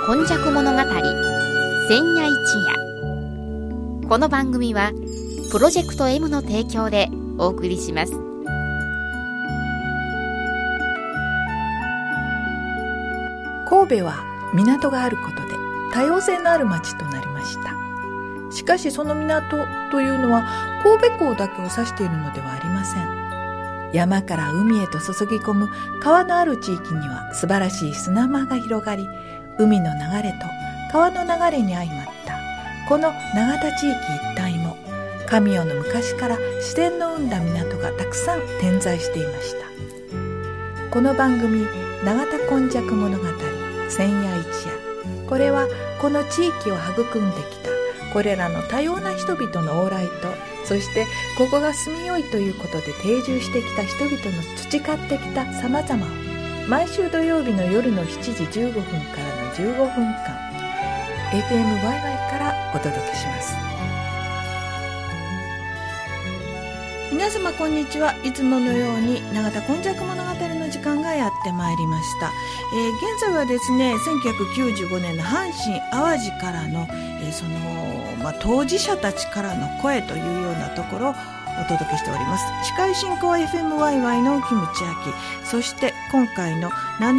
今昔物語千夜一夜。この番組はプロジェクト M の提供でお送りします。 神戸は港があることで多様性のある町となりました。しかしその港というのは神戸港だけを指しているのではありません。山から海へと注ぎ込む川のある地域には素晴らしい砂間が広がり、海の流れと川の流れに相まったこの永田地域一帯も神代の昔から自然の生んだ港がたくさん点在していました。この番組永田今昔物語千夜一夜、これはこの地域を育んできたこれらの多様な人々の往来と、そしてここが住みよいということで定住してきた人々の培ってきた様々を毎週土曜日の夜の7時15分からの15分間 FMYY からお届けします。皆様こんにちは。いつものように永田今昔物語の時間がやってまいりました。現在はですね、1995年の阪神淡路からの、当事者たちからの声というようなところをお届けしております。司会進行は FMYY のキムチアキ、そして今回の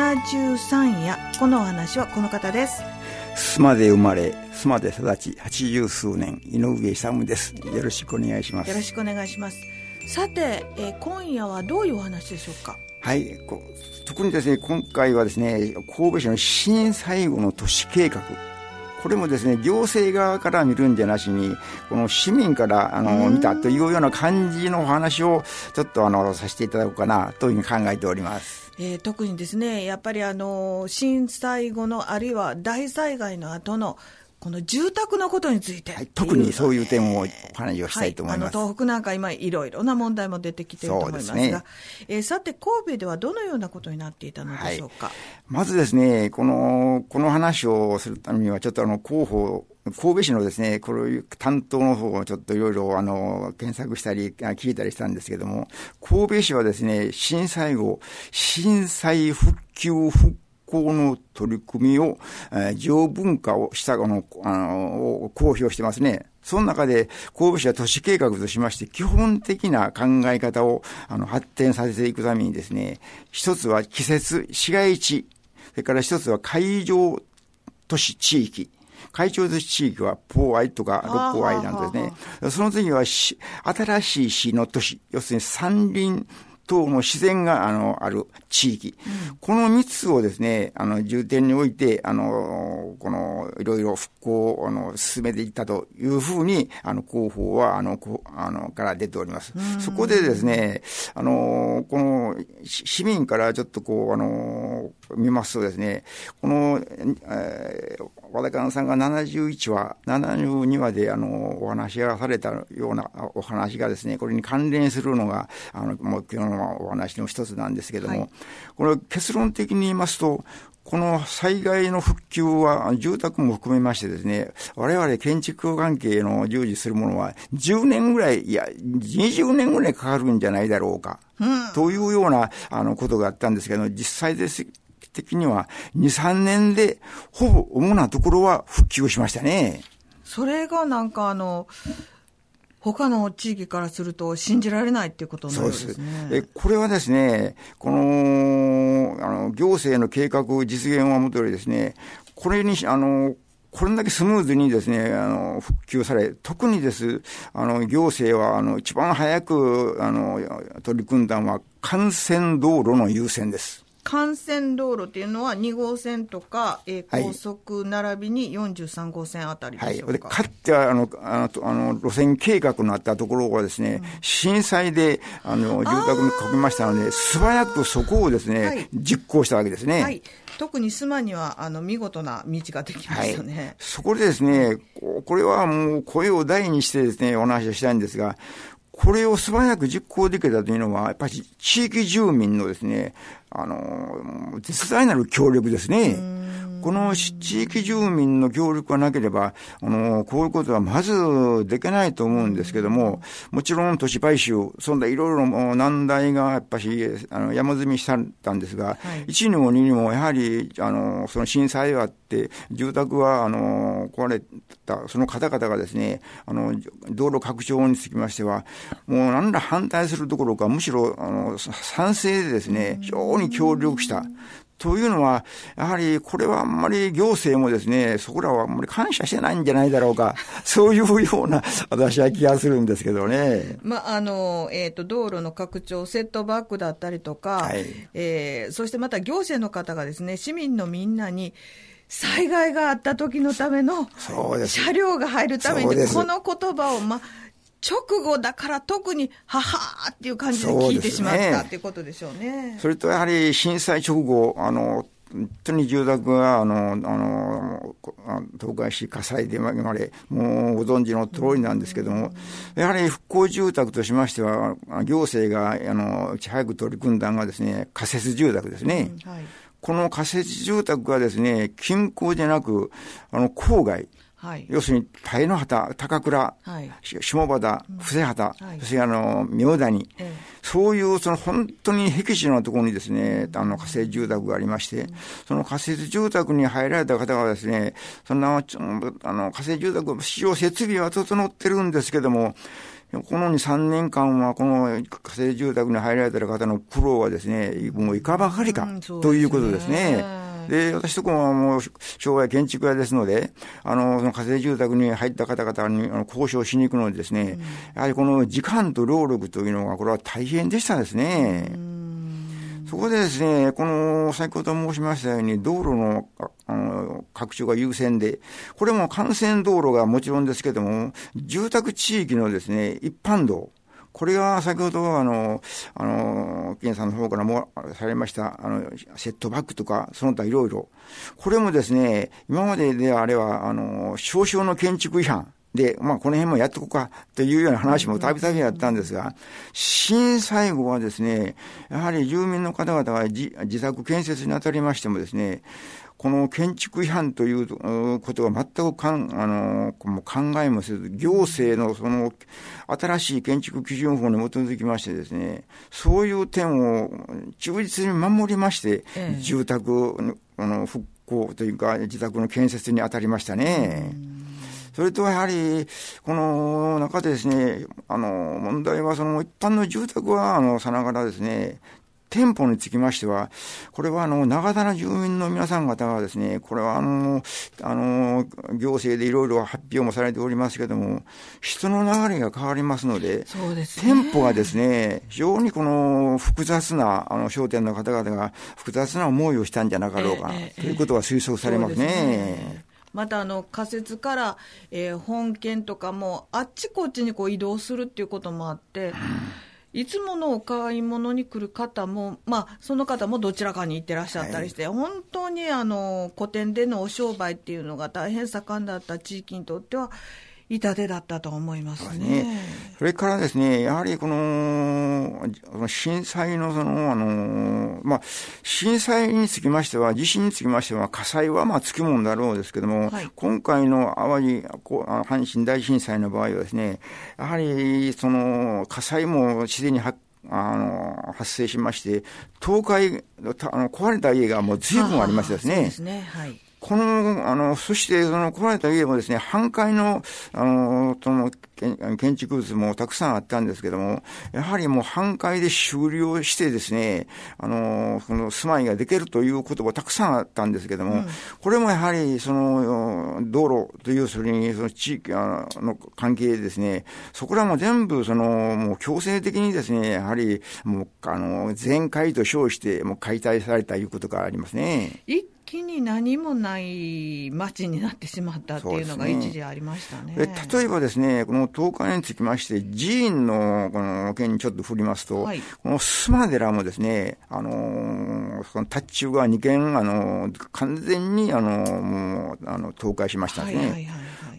73夜、このお話はこの方です。 須磨で生まれ須磨で育ち80数年、井上勇です。よろしくお願いします。 よろしくお願いします。さて、今夜はどういうお話でしょうか。 はい、特にですね、今回はですね、神戸市の震災後の都市計画、これもですね、行政側から見るんじゃなしに、この市民から見たというような感じのお話をちょっとさせていただこうかなというふうに考えております。 特にですね、やっぱり震災後のあるいは大災害の後のこの住宅のことについて、 はい、特にそういう点をお話をしたいと思います。 東北なんか今いろいろな問題も出てきていると思いますが、さて神戸ではどのようなことになっていたのでしょうか。 まずですね、この話をするためにはちょっと広報神戸市のですね、こういう担当の方をちょっといろいろ検索したり聞いたりしたんですけども、神戸市はですね、震災後震災復旧復興の取り組みを、条文化をしたを公表してますね。その中で神戸市は都市計画としまして基本的な考え方を発展させていくためにですね、一つは季節市街地、それから一つは海上都市地域、海上都市地域はポーアイとか六甲アイなんですね。その次は新しい市の都市、要するに山林等の自然がある地域、この3つをですね、重点においてこのいろいろ復興を進めていったというふうに広報はから出ております。そこでですね、この市民からちょっと見ますとですね、この、和田監さんが71話、72話でお話がされたようなお話がですね、これに関連するのがもう今日のお話の一つなんですけども、はい、これ結論的に言いますと、この災害の復旧は住宅も含めましてですね、我々建築関係の従事するものは10年ぐらい、いや20年ぐらいかかるんじゃないだろうか、というようなことがあったんですけど、実際的には 2,3 年でほぼ主なところは復旧しましたね。 それがなんか他の地域からすると信じられないっていうことのようですね。 そうです。これはですね、この行政の計画実現はもとよりですね、これにこれだけスムーズにですね復旧され、特にです行政は一番早く取り組んだのは幹線道路の優先です。 幹線道路っていうのは2号線とか、高速並びに43号線あたりでしょうか。でかつて路線計画のあったところがですね、震災で住宅に囲みましたので、素早くそこをですね、実行したわけですね。はい、 特に須磨には見事な道ができましたね。 そこでですね、これはもう声を大にしてですねお話をしたいんですが、これを素早く実行できたというのはやっぱり地域住民のですね絶大なる協力ですね。 この地域住民の協力がなければ、こういうことはまずできないと思うんですけども、もちろん都市買収、そんないろいろ難題がやっぱし、山積みしたんですが、1にも2にもやはり、その震災があって、住宅は、壊れた、その方々がですね、道路拡張につきましては、もうなんら反対するどころか、むしろ、賛成でですね、非常に協力した。というのは、やはりこれはあんまり行政もですね、そこらはあんまり感謝してないんじゃないだろうか。そういうような私は気がするんですけどね。 道路の拡張、セットバックだったりとか、そしてまた行政の方がですね、市民のみんなに、災害があった時のための車両が入るために、この言葉を直後だから特にははーっていう感じで聞いてしまったっていうことでしょうね。 それとやはり震災直後、本当に住宅が倒壊し火災で巻き込まれ、もうご存知の通りなんですけども、やはり復興住宅としましては、行政がいち早く取り組んだのがですね、仮設住宅ですね。この仮設住宅はですね、近郊じゃなく郊外、要するに鯛の畑、高倉、下畑、布施畑、そして明谷、そういうその本当に僻地のところにですね、仮設住宅がありまして、その仮設住宅に入られた方がですね、そんな仮設住宅、市場設備は整ってるんですけども、この2、3年間はこの仮設住宅に入られた方の苦労はですね、もういかばかりか、ということですね。で、私とこももう昭和建築屋ですので、その仮設住宅に入った方々に交渉しに行くのでですね、やはりこの時間と労力というのが、これは大変でしたですね。そこでですね、先ほど申しましたように、道路の、拡張が優先で、これも幹線道路がもちろんですけども、住宅地域のですね、一般道、これが先ほど金さんの方からもされましたセットバックとかその他いろいろ、これもですね、今までであれは少々の建築違反で、この辺もやっとこうかというような話もたびたびあったんですが、震災後はですね、やはり住民の方々が自宅建設にあたりましてもですね、この建築違反ということが全く考えもせず、行政のその新しい建築基準法に基づきましてですね、そういう点を忠実に守りまして、住宅の復興というか自宅の建設に当たりましたね。それとやはり、この中でですね、問題はその一般の住宅はさながらですね、店舗につきましては、これは長田の住民の皆さん方がですね、これは行政でいろいろ発表もされておりますけども、人の流れが変わりますので、店舗がですね、非常に複雑な商店の方々が複雑な思いをしたんじゃなかろうか、ということは推測されますね。 また仮設から、本件とかもあっちこっちに移動するっていうこともあって、いつものお買い物に来る方も、その方もどちらかに行ってらっしゃったりして、本当に古典でのお商売っていうのが大変盛んだった地域にとっては痛手だったと思いますね。 それからですね、やはりこの震災の震災につきましては、地震につきましては、火災はつきもんだろうですけども、今回の阪神大震災の場合はですね、やはり火災も自然に発生しまして、倒壊、壊れた家がもう随分ありましてですね。そうですね。そして壊れた家もですね、半壊の、建築物もたくさんあったんですけども、やはりもう半壊で終了してですね、住まいができるということもたくさんあったんですけども、これもやはり道路というそれに地域の関係でですね、そこらも全部もう強制的にですね、やはりもう全壊と称してもう解体されたいうことがありますね。 一気に何もない町になってしまったっていうのが一時ありましたね。 例えばですね、この倒壊につきまして寺院のこの件にちょっと振りますと、この須磨寺もですね、その達中が2件完全にもう倒壊しましたね。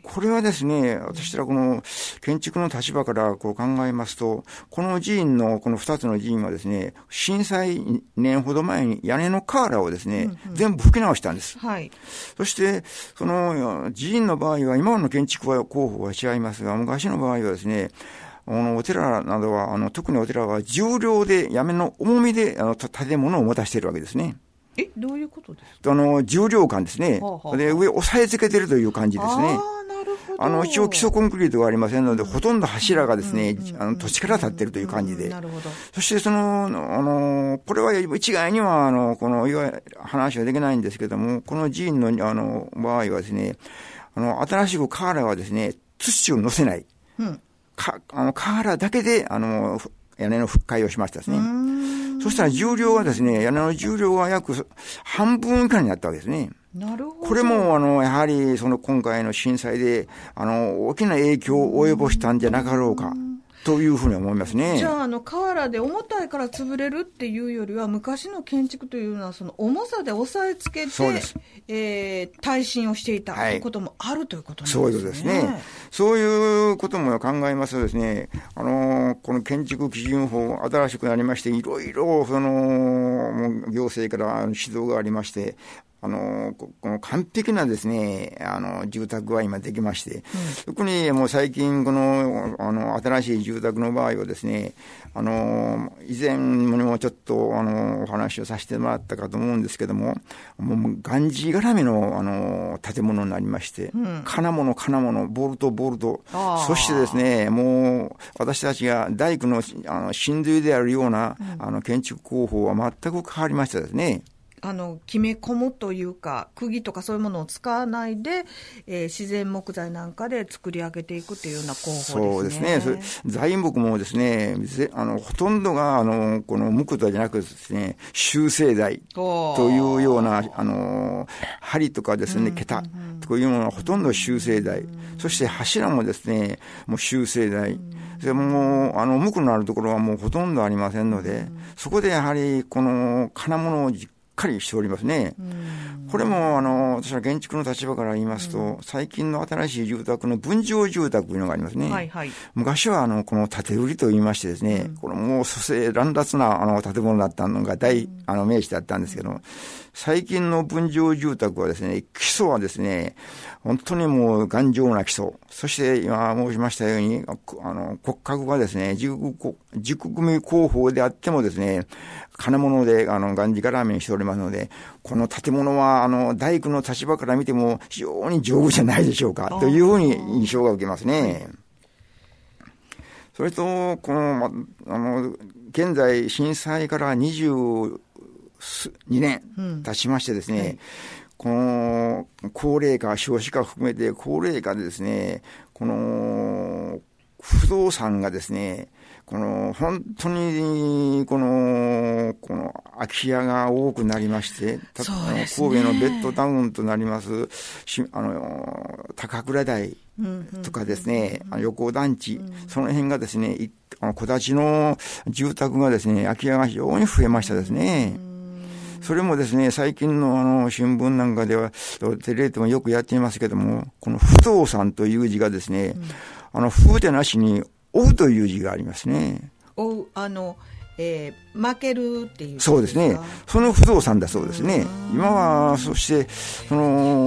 これはですね、私らこの建築の立場からこう考えますと、この寺院のこの2つの寺院はですね、震災2年ほど前に屋根の瓦をですね、全部吹き直したんです。はい。そして、その寺院の場合は、今の建築工法は違いますが、昔の場合はですね、お寺などは、特にお寺は重量で、屋根の重みで、建物を持たしているわけですね。 どういうことですか？ 重量感ですね。で、上押さえつけてるという感じですね。一応基礎コンクリートがありませんので、ほとんど柱がですね、土地から立っているという感じで。なるほど。そしてこれは一概には、話はできないんですけども、この寺院の、場合はですね、新しく瓦はですね、土を乗せない。瓦だけで、屋根の復開をしましたですね。そしたら重量はですね、屋根の重量は約半分以下になったわけですね。なるほど。これも、やはり、今回の震災で、大きな影響を及ぼしたんじゃなかろうか。というふうに思いますね。 じゃあ、瓦で重たいから潰れるっていうよりは、昔の建築というのは、その重さで押さえつけて、耐震をしていたこともあるということなんですね。 そういうことですね。そういうことも考えますとですね、この建築基準法、新しくなりまして、いろいろ、行政から指導がありまして、この完璧なですね、住宅が今できまして、特にもう最近新しい住宅の場合はですね、以前にもちょっとお話をさせてもらったかと思うんですけども、もうガンジー絡みの建物になりまして、金物、ボルト、そしてですね、もう私たちが大工の真髄であるような建築工法は全く変わりましたですね。 決め込むというか、釘とかそういうものを使わないで、自然木材なんかで作り上げていくというような工法ですね。 そうですね。材木もですね、ほとんどが、この木材じゃなくですね、集成材というような、針とかですね、桁というものはほとんど集成材。そして柱もですね、もう集成材。でも無垢のあるところはもうほとんどありませんので、そこでやはりこの金物をしっかりしておりますね。これも私は建築の立場から言いますと、最近の新しい住宅の分譲住宅というのがありますね。はいはい、昔はこの建て売りと言いましてですね、これもう蘇生乱雑な建物だったのが大名詞だったんですけど、最近の分譲住宅はですね、基礎はですね、本当にもう頑丈な基礎。そして今申しましたように、骨格がですね、軸組み工法であってもですね、金物でがんじがらめにしておりますので、この建物は大工の立場から見ても非常に丈夫じゃないでしょうかというふうに印象が受けますね。それと現在震災から22年経ちましてですね、この高齢化、少子化含めて高齢化でですね、この不動産がですね、本当にこの空き家が多くなりまして、神戸のベッドタウンとなります高倉台とかですね、横団地、その辺がですね、戸建ちの住宅がですね、空き家が非常に増えましたですね。それもですね、最近の新聞なんかではテレビでもよくやっていますけども、この不動産という字がですね、風でなしに追うという字がありますね。 追う、負けるっていう。 そうですね。その不動産だそうですね。今は、そして、こ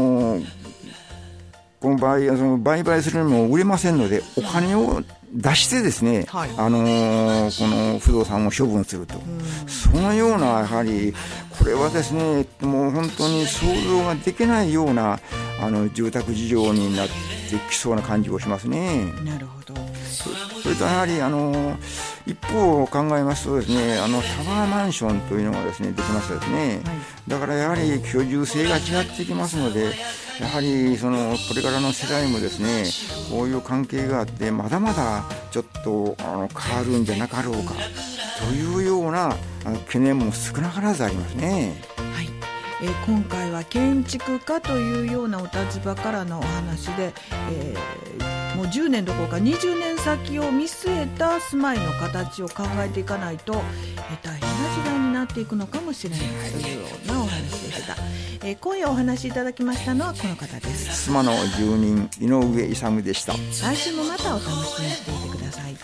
の売買するにも売れませんので、お金を出してですね、この不動産を処分すると。そのような、やはり、これはですね、もう本当に想像ができないような、住宅事情になってきそうな感じをしますね。 なるほど。 それとやはり一方を考えますとですね、タワーマンションというのがですねできましたですね。だからやはり居住性が違ってきますので、やはりこれからの世代もですね、こういう関係があってまだまだちょっと変わるんじゃなかろうかというような懸念も少なからずありますね。 はい。今回は建築家というようなお立場からのお話で、 もう10年どころか20年先を見据えた住まいの形を考えていかないと、大変な時代になっていくのかもしれないというようなお話でした。今夜お話しいただきましたのはこの方です。 妻の住人井上勇でした。 来週もまたお楽しみにしていてください。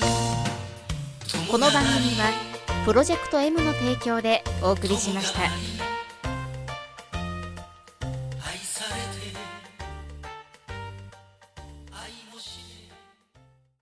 この番組はプロジェクト M の提供でお送りしました。